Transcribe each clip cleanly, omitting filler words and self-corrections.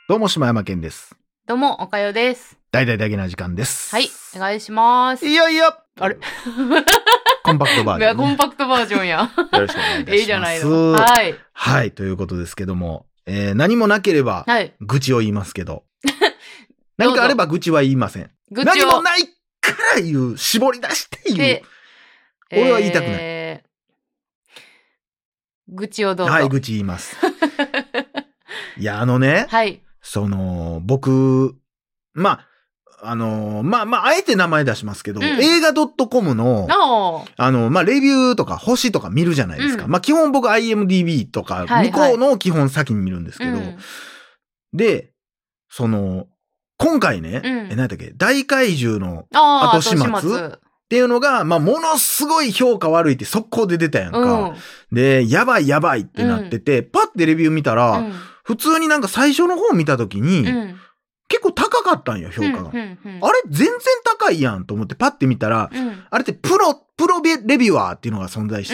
どうも、島山健です。 どうも、おかよです。 大々だけな時間です。 はい、お願いします。 いやいやあれコンパクトバージョン、ね。 コンパクトバージョンや。 よろしくお願いいたします。 いいじゃないの。はい。 はい、ということですけども、何もなければ、愚痴を言いますけど、何かあれば愚痴は言いません。 愚痴何もないから言う、絞り出して言う。俺は言いたくない。 愚痴をどうぞ。 はい、愚痴言います。いや、 はい。 僕、あえて名前出しますけど、映画 .com の、レビューとか星とか見るじゃないですか。基本僕 IMDB とか、向こうの基本先に見るんですけど、で、今回ね、何だっけ、大怪獣の後始末っていうのが、ものすごい評価悪いって速攻で出たやんか。で、やばいってなってて、パッてレビュー見たら、普通になんか最初の方見たときに、結構高かったんよ、評価が。あれ全然高いやんと思ってパッて見たら、あれってプロレビュアーっていうのが存在して、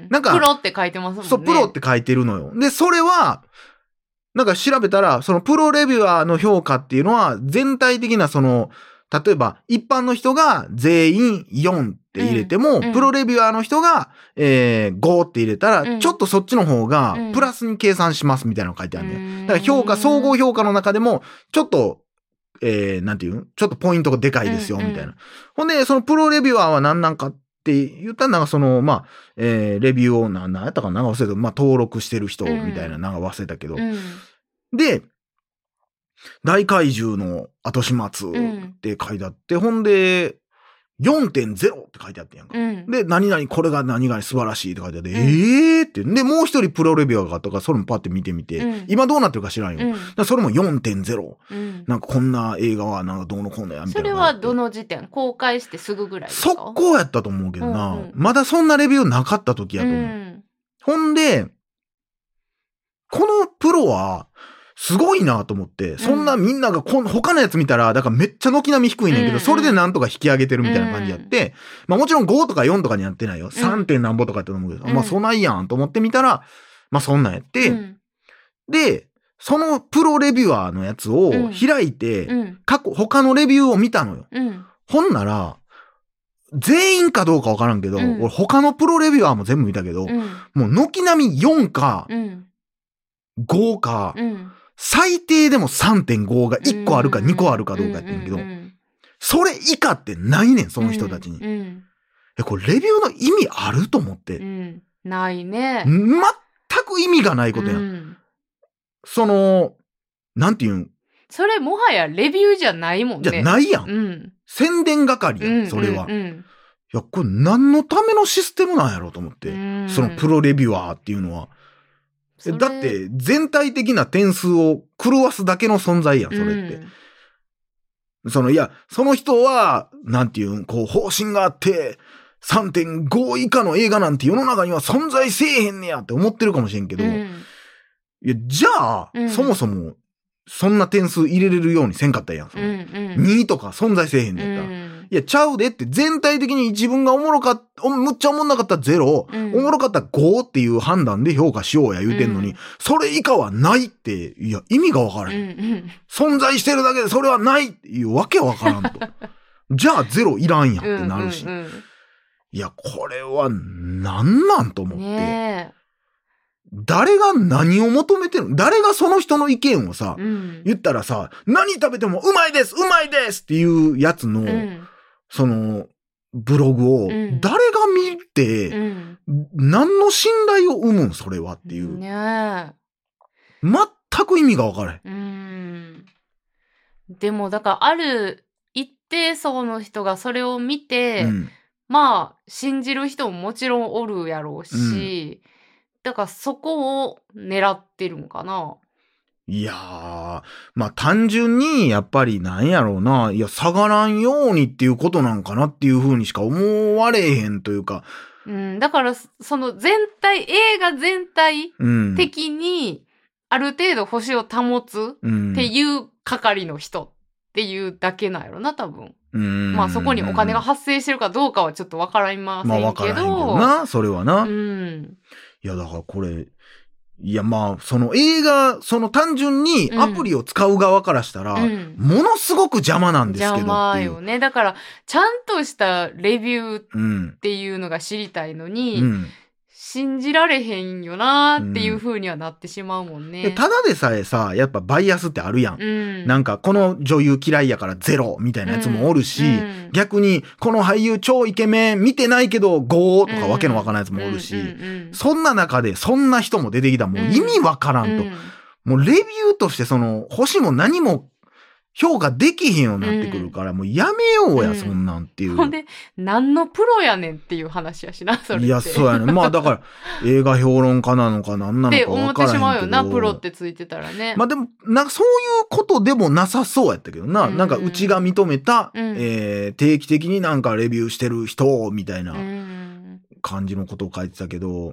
なんか、プロって書いてますもんね。 そう、プロって書いてるのよ。で、それは、なんか調べたら、そのプロレビュアーの評価っていうのは、全体的な例えば、一般の人が全員4って入れても、プロレビュアーの人が、5って入れたら、ちょっとそっちの方が、プラスに計算しますみたいなのが書いてあるんだよ。だから総合評価の中でも、ちょっと、なんていうちょっとポイントがでかいですよ、みたいな。ほんで、そのプロレビュアーは何なんかって言ったら、なんかレビューを何やったかな、なんか忘れたけど、登録してる人みたいな、なんか忘れたけど。で、大怪獣の後始末って書いてあって、ほんで、4.0 って書いてあってんやんか。で、これが何々素晴らしいって書いてあって、って。で、もう一人プロレビュアーがあったから、それもパッて見てみて、今どうなってるか知らんよ。それも 4.0。なんかこんな映画はなんかどうのこうのや、みたいな。 それはどの時点公開してすぐぐらいですか？ 速攻やったと思うけどな。まだそんなレビューなかった時やと思う。ほんで、このプロは、すごいなと思って、そんなみんなが他のやつ見たら、だからめっちゃ軒並み低いねんけど、それでなんとか引き上げてるみたいな感じやって、もちろん5とか4とかにやってないよ。3. 点何ぼとかって思うけど、そないやんと思ってみたら、そんなんやって、で、そのプロレビュアーのやつを開いて、他のレビューを見たのよ。ほんなら、全員かどうかわからんけど、俺他のプロレビュアーも全部見たけど、もう軒並み4か、5か、最低でも 3.5 が1個あるか2個あるかどうかやってんけど、それ以下ってないねん、その人たちに。これレビューの意味あると思って。 ないね。 全く意味がないことやん。なんていうん。 それもはやレビューじゃないもんね。 じゃないやん。宣伝係やん、それは。いや、これ何のためのシステムなんやろうと思って。そのプロレビュアーっていうのは。だって、全体的な点数を狂わすだけの存在やん、それって。その人は、なんていうん、方針があって、3.5 以下の映画なんて世の中には存在せえへんねやって思ってるかもしれんけど、いや、じゃあ、そもそも、そんな点数入れれるようにせんかったやん。2とか存在せえへんねやったら。いや、ちゃうでって全体的に自分がむっちゃおもんなかったら0、おもろかったら5っていう判断で評価しようや言うてんのに、それ以下はないって、いや、意味がわからへん。存在してるだけでそれはないっていうわけわからんと。じゃあ0いらんやんってなるし。いや、これはなんと思って。誰が何を求めてるの？誰がその人の意見をさ、言ったらさ、何食べてもうまいですっていうやつの、ブログを、誰が見て、何の信頼を生むんそれはっていう。全く意味が分からへん。 でも、だから、ある一定層の人がそれを見て、信じる人ももちろんおるやろうし、だからそこを狙ってるんかな。 いやー、単純にやっぱりなんやろうな、いや下がらんようにっていうことなんかなっていう風にしか思われへんというか。 だからその映画全体的にある程度星を保つっていう係の人っていうだけなんやろな、多分。そこにお金が発生してるかどうかはちょっとわかりませんけど。 わからへんけどな、それはな。いや、だからこれ、 いや、まあ、その映画、その単純にアプリを使う側からしたら、ものすごく邪魔なんですけどっていう。 邪魔よね。だから、ちゃんとしたレビューっていうのが知りたいのに、信じられへんよなーっていう風にはなってしまうもんね。 ただでさえさ、やっぱバイアスってあるやん。なんか、この女優嫌いやから0みたいなやつもおるし、逆に、この俳優超イケメン見てないけど5とかわけのわからないやつもおるし、そんな中でそんな人も出てきたらもう意味わからんと。もうレビューとしてその、星も何も評価できへんようになってくるから、もうやめようや、そんなんっていう。 ほんで、何のプロやねんっていう話やしな、それって。 いや、そうやね。まあだから、映画評論家なのか何なのか分からへんけど。 って思ってしまうよな、プロってついてたらね。 まあでも、なんかそういうことでもなさそうやったけどな。なんかうちが認めた、定期的になんかレビューしてる人、みたいな感じのことを書いてたけど。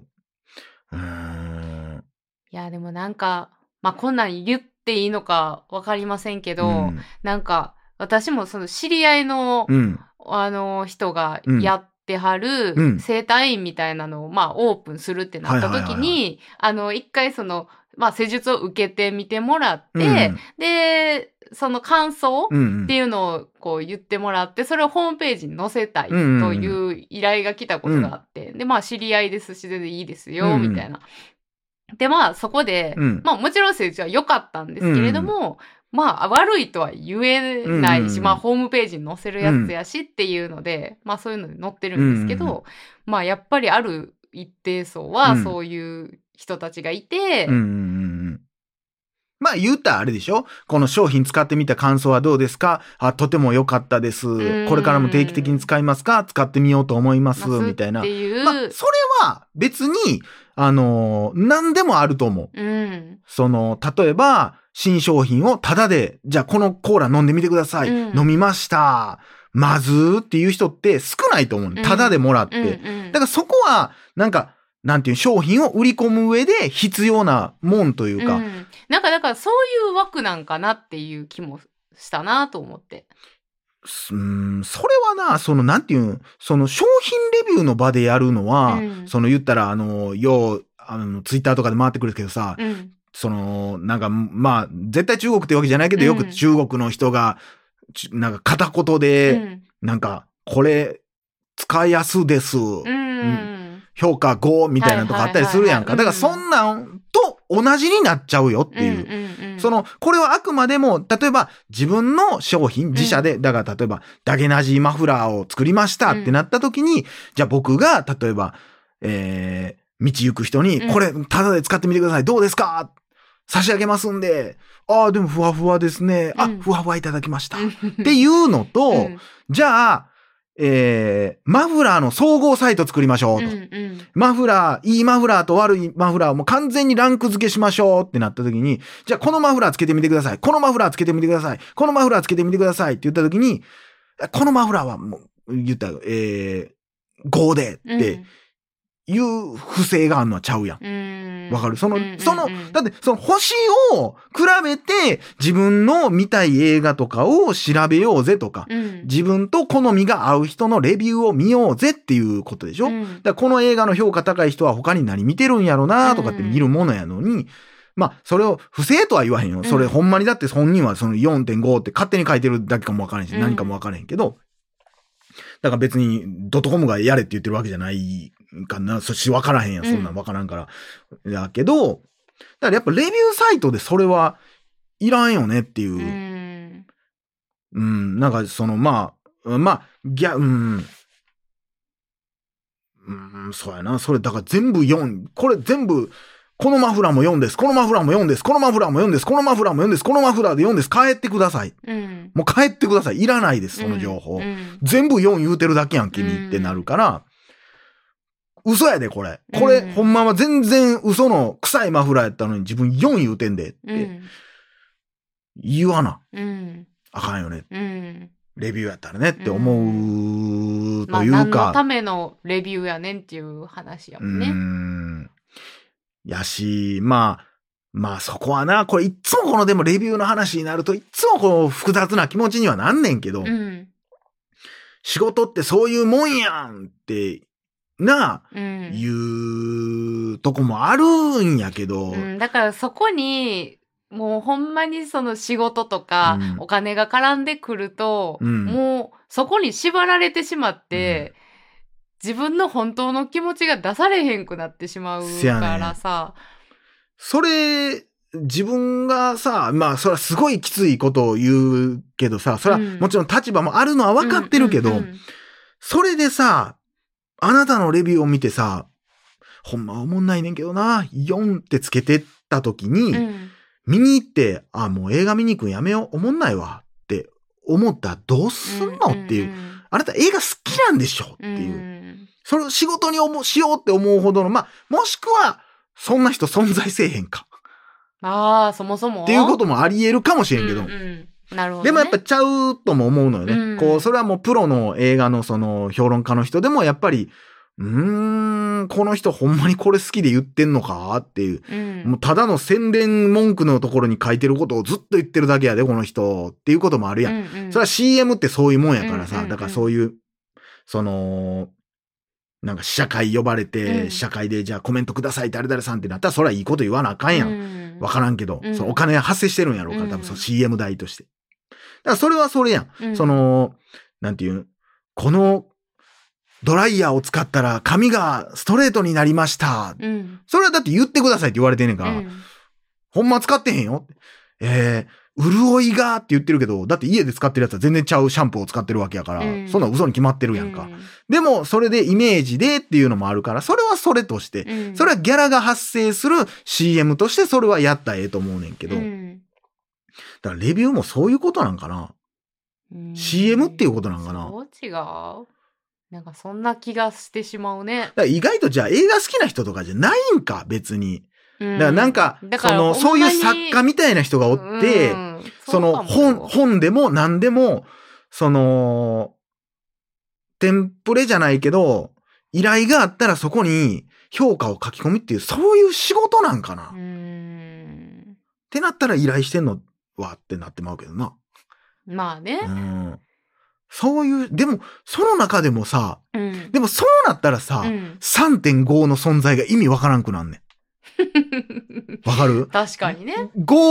いや、でもなんか、まあこんなん言っていいのかわかりませんけど、なんか、私もその知り合いの、人がやってはる整体院みたいなのを、まあオープンするってなった時に、一回その、まあ施術を受けてみてもらって、で、その感想っていうのをこう言ってもらって、それをホームページに載せたいという依頼が来たことがあって、で、まあ知り合いですし、全然いいですよ、みたいな。で、まあそこで、まあもちろん施術は良かったんですけれども、まあ悪いとは言えないし、まあホームページに載せるやつやしっていうので、まあそういうので載ってるんですけど、まあやっぱりある一定層はそういう人たちがいて、 まあ言うたらあれでしょ、この商品使ってみた感想はどうですか？あ、とても良かったです。これからも定期的に使いますか？使ってみようと思います。みたいな。まあそれは別に、何でもあると思う。その、例えば、新商品をタダで、じゃあこのコーラ飲んでみてください。飲みました。まずっていう人って少ないと思う。タダでもらって。だからそこは、なんか、なんていう商品を売り込む上で必要なもんというか。 なんかだからそういう枠なんかなっていう気もしたなと思って。 それはな、そのなんていう、その商品レビューの場でやるのは、その言ったらツイッターとかで回ってくるけどさ、その、なんか、まあ、絶対中国ってわけじゃないけど、よく中国の人が、なんか片言で、なんか、これ、使いやすです。評価5みたいなのとかあったりするやんか。だからそんなんと同じになっちゃうよっていう。その、これはあくまでも、例えば自分の商品、自社で、だから例えば、ダゲナジーマフラーを作りましたってなった時に、じゃあ僕が、例えば、道行く人に、これ、タダで使ってみてください。どうですか？差し上げますんで。ああ、でもふわふわですね。ふわふわいただきました。っていうのと、じゃあ、マフラーの総合サイト作りましょうと。マフラー、いいマフラーと悪いマフラーをもう完全にランク付けしましょうってなった時に、じゃあこのマフラーつけてみてください。このマフラーつけてみてください。このマフラーつけてみてくださいって言った時に、このマフラーはもう言ったら、5でっていう不正があるのはちゃうやん。わかる？だってその星を比べて自分の見たい映画とかを調べようぜとか、自分と好みが合う人のレビューを見ようぜっていうことでしょ？だからこの映画の評価高い人は他に何見てるんやろなとかって見るものやのに、まあ、それを不正とは言わへんよ。それほんまにだって本人はその 4.5 って勝手に書いてるだけかもわからへんし、何かもわからへんけど、だから別にドットコムがやれって言ってるわけじゃないかな。わからへんやん。そんなんわからんから。だけど、だからやっぱレビューサイトでそれはいらんよねっていう。なんかそのそうやな。それだから全部4、これ全部、このマフラーも4です。このマフラーも4です。このマフラーも4です。このマフラーも4です。このマフラーで4です。帰ってください。もう帰ってください。いらないです。その情報。全部4言うてるだけやん、君ってなるから。嘘やで、これ。これ、ほんまは全然嘘の臭いマフラーやったのに自分4言うてんでって。言わな。あかんよね。レビューやったらねって思うというか。 何のためのレビューやねんっていう話やもんね。 やし、まあそこはな、これいつもこのでもレビューの話になるといつもこう複雑な気持ちにはなんねんけど、仕事ってそういうもんやんっていうとこもあるんやけど。 だからそこに、もうほんまにその仕事とかお金が絡んでくると、もうそこに縛られてしまって、自分の本当の気持ちが出されへんくなってしまうからさ。 それ、自分がさ、まあそれはすごいきついことを言うけどさ、それはもちろん立場もあるのは分かってるけど、それでさ、あなたのレビューを見てさ、ほんまおもんないねんけどな、4ってつけてった時に、見に行って、もう映画見に行くんやめよう、おもんないわって思ったらどうすんのっていう。あなた映画好きなんでしょっていう。それを仕事にしようって思うほどの、まあ、もしくは、そんな人存在せえへんか。 そもそもっていうこともあり得るかもしれんけど。 なるほど、ね。 でもやっぱちゃうとも思うのよね。こう、それはもうプロの映画のその評論家の人でもやっぱり、この人ほんまにこれ好きで言ってんのかっていう、もうただの宣伝文句のところに書いてることをずっと言ってるだけやで、この人っていうこともあるやん。それは CM ってそういうもんやからさ、だからそういう、その、なんか試写会呼ばれて、試写会でじゃあコメントください誰々さんってなったらそれはいいこと言わなあかんやん。わからんけど、そのお金発生してるんやろうから、多分その CM 代として。だからそれはそれやん。その、なんていう、このドライヤーを使ったら髪がストレートになりました。それはだって言ってくださいって言われてんねんから、ほんま使ってへんよ。潤いがって言ってるけど、だって家で使ってるやつは全然ちゃうシャンプーを使ってるわけやから、そんな嘘に決まってるやんか。でも、それでイメージでっていうのもあるから、それはそれとして、それはギャラが発生する CM としてそれはやったらええと思うねんけど、だからレビューもそういうことなんかな。CM っていうことなんかな。 そう違う。なんかそんな気がしてしまうね。 だから意外とじゃあ映画好きな人とかじゃないんか、別に。だからなんか、そういう作家みたいな人がおって、その本でも何でも、その、テンプレじゃないけど、依頼があったらそこに評価を書き込みっていう、そういう仕事なんかな。ってなったら依頼してんのはってなってまうけどな。 まあね。 そういう、でも、その中でもさ、でもそうなったらさ、3.5 の存在が意味わからんくなんねん。わかる？ 確かにね。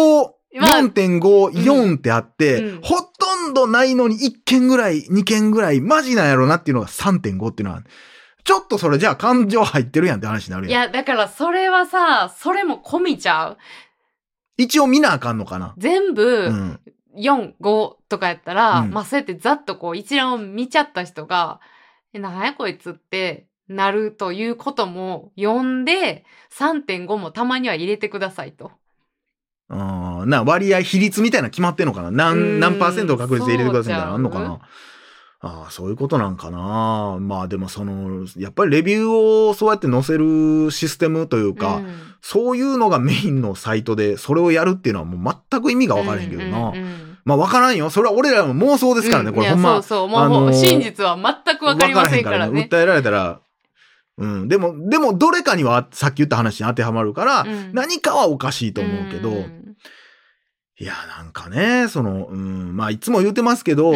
5、4.5、4ってあって、ほとんどないのに1件ぐらい、2件ぐらい、マジなんやろなっていうのが 3.5 っていうのは、ちょっとそれじゃあ感情入ってるやんって話になるやん。 いや、だからそれはさ、それも込みちゃう。 一応見なあかんのかな。 全部、4、5とかやったら、まあそうやってざっとこう一覧を見ちゃった人が、なんやこいつってなるということも読んで、3.5 もたまには入れてくださいと。 割合比率みたいな決まってんのかな、何%確率で入れてくださいみたいなのあんのかな。そういうことなんかな。まあでもやっぱりレビューをそうやって載せるシステムというか、そういうのがメインのサイトでそれをやるっていうのはもう全く意味が分からへんけどな。まあ分からんよ。それは俺らの妄想ですからね、これほんま。 そう。もう真実は全く分かりませんからね。 訴えられたら、でもどれかにはさっき言った話に当てはまるから、何かはおかしいと思うけど、いや、なんかね、まあいつも言うてますけど、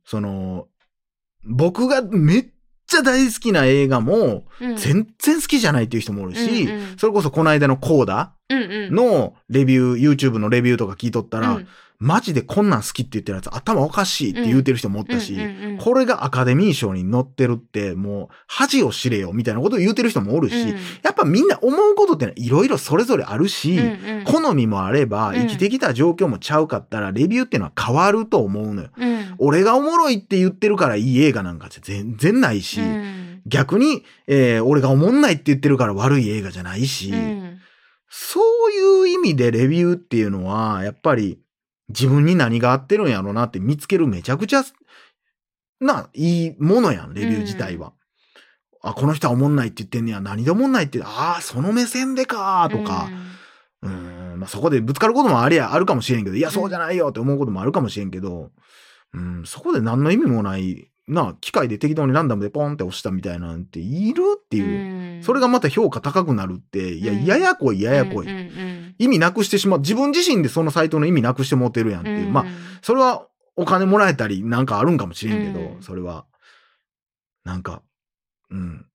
僕がめっちゃ大好きな映画も、全然好きじゃないっていう人もおるし、それこそこの間のコーダのレビュー、YouTube のレビューとか聞いとったら、マジでこんなん好きって言ってるやつ頭おかしいって言うてる人もおったし、これがアカデミー賞に載ってるってもう恥を知れよみたいなことを言うてる人もおるし、やっぱみんな思うことっていろいろそれぞれあるし、好みもあれば生きてきた状況もちゃうかったらレビューっていうのは変わると思うのよ。俺がおもろいって言ってるからいい映画なんかじゃ全然ないし、逆に、俺がおもんないって言ってるから悪い映画じゃないし、そういう意味でレビューっていうのはやっぱり自分に何が合ってるんやろうなって見つけるめちゃくちゃいいものやん、レビュー自体は。この人はおもんないって言ってんねや、何でおもんないって、その目線でかとか、まあ、そこでぶつかることもあるかもしれんけど、いや、そうじゃないよって思うこともあるかもしれんけど、そこで何の意味もない機械で適当にランダムでポンって押したみたいなんているっていう、それがまた評価高くなるって、いや、ややこい。意味なくしてしまう。自分自身でそのサイトの意味なくして持てるやんっていう。まあ、それはお金もらえたりなんかあるんかもしれんけど、それは、なんか、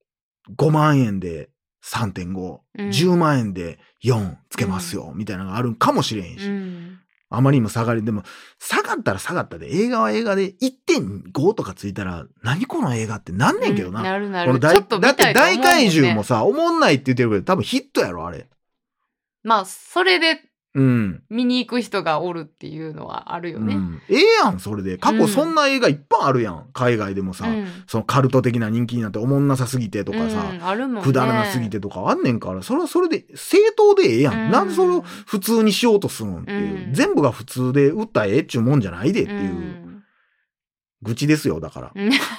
5万円で 3.5、10万円で4つけますよ、みたいなのがあるんかもしれへんし。あまりにも下がり、でも、下がったら下がったで、映画は映画で 1.5 とかついたら、何この映画ってなんねんけどな。 なるなる。 だって大怪獣もさ、おもんないって言ってるけど、多分ヒットやろ、あれ。 まあ、それで、見に行く人がおるっていうのはあるよね。 ええやん、それで。過去そんな映画いっぱいあるやん。海外でもさ、そのカルト的な人気になっておもんなさすぎてとかさ、 あるもんね、 くだらなすぎてとかあんねんから、それはそれで正当でええやん。なんでそれを普通にしようとするんっていう。全部が普通で売ったらええっちゅうもんじゃないでっていう。愚痴ですよ、だから。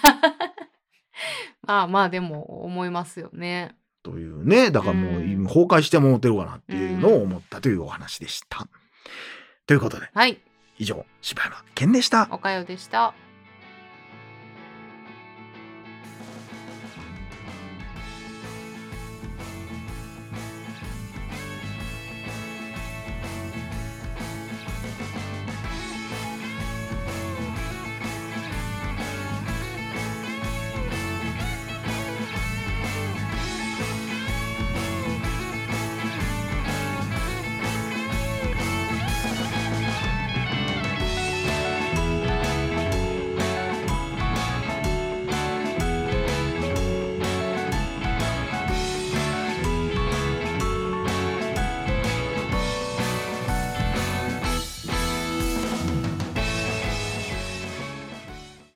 まあまあ、でも思いますよね。 というね。だからもう崩壊してもうてるかなっていうのを思ったというお話でした。ということで。 はい。 以上、柴山健でした。 おかよでした。